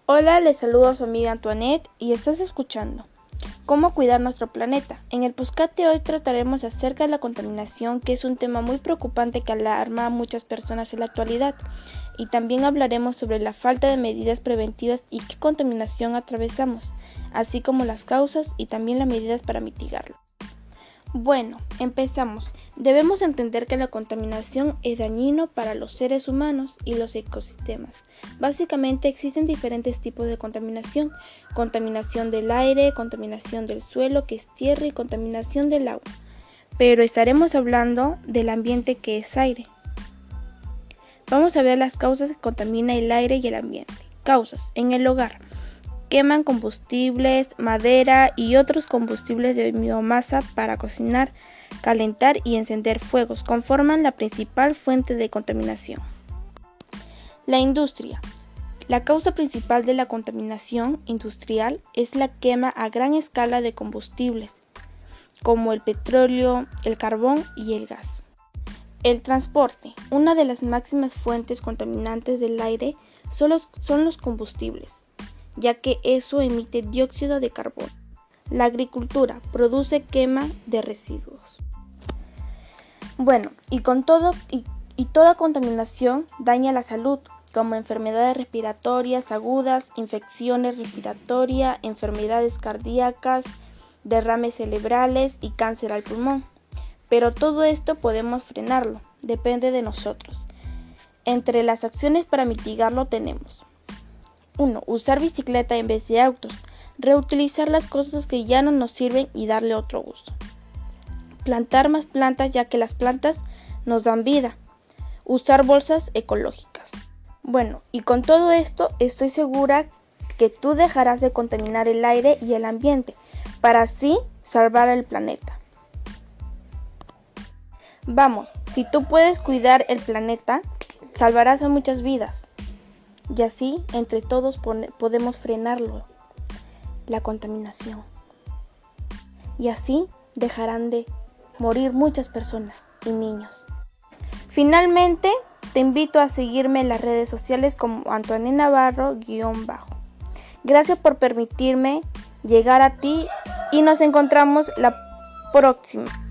Hola, les saludo a su amiga Antoinette y estás escuchando ¿Cómo cuidar nuestro planeta? En el podcast de hoy trataremos acerca de la contaminación, que es un tema muy preocupante que alarma a muchas personas en la actualidad, y también hablaremos sobre la falta de medidas preventivas y qué contaminación atravesamos, así como las causas y también las medidas para mitigarlo. Bueno, empezamos. Debemos entender que la contaminación es dañino para los seres humanos y los ecosistemas. Básicamente existen diferentes tipos de contaminación: contaminación del aire, contaminación del suelo, que es tierra, y contaminación del agua. Pero estaremos hablando del ambiente, que es aire. Vamos a ver las causas que contaminan el aire y el ambiente. Causas: en el hogar. Queman combustibles, madera y otros combustibles de biomasa para cocinar, calentar y encender fuegos. Conforman la principal fuente de contaminación. La industria. La causa principal de la contaminación industrial es la quema a gran escala de combustibles, como el petróleo, el carbón y el gas. El transporte. Una de las máximas fuentes contaminantes del aire son los combustibles, ya que eso emite dióxido de carbono. La agricultura produce quema de residuos. Bueno, toda contaminación daña la salud, como enfermedades respiratorias agudas, infecciones respiratorias, enfermedades cardíacas, derrames cerebrales y cáncer al pulmón. Pero todo esto podemos frenarlo, depende de nosotros. Entre las acciones para mitigarlo tenemos: 1. Usar bicicleta en vez de autos. Reutilizar las cosas que ya no nos sirven y darle otro uso. Plantar más plantas, ya que las plantas nos dan vida. Usar bolsas ecológicas. Bueno, y con todo esto estoy segura que tú dejarás de contaminar el aire y el ambiente, para así salvar el planeta. Vamos, si tú puedes cuidar el planeta, salvarás a muchas vidas. Y así, entre todos, podemos frenarlo, la contaminación. Y así dejarán de morir muchas personas y niños. Finalmente, te invito a seguirme en las redes sociales como Antoinette Navarro _ Gracias por permitirme llegar a ti y nos encontramos la próxima.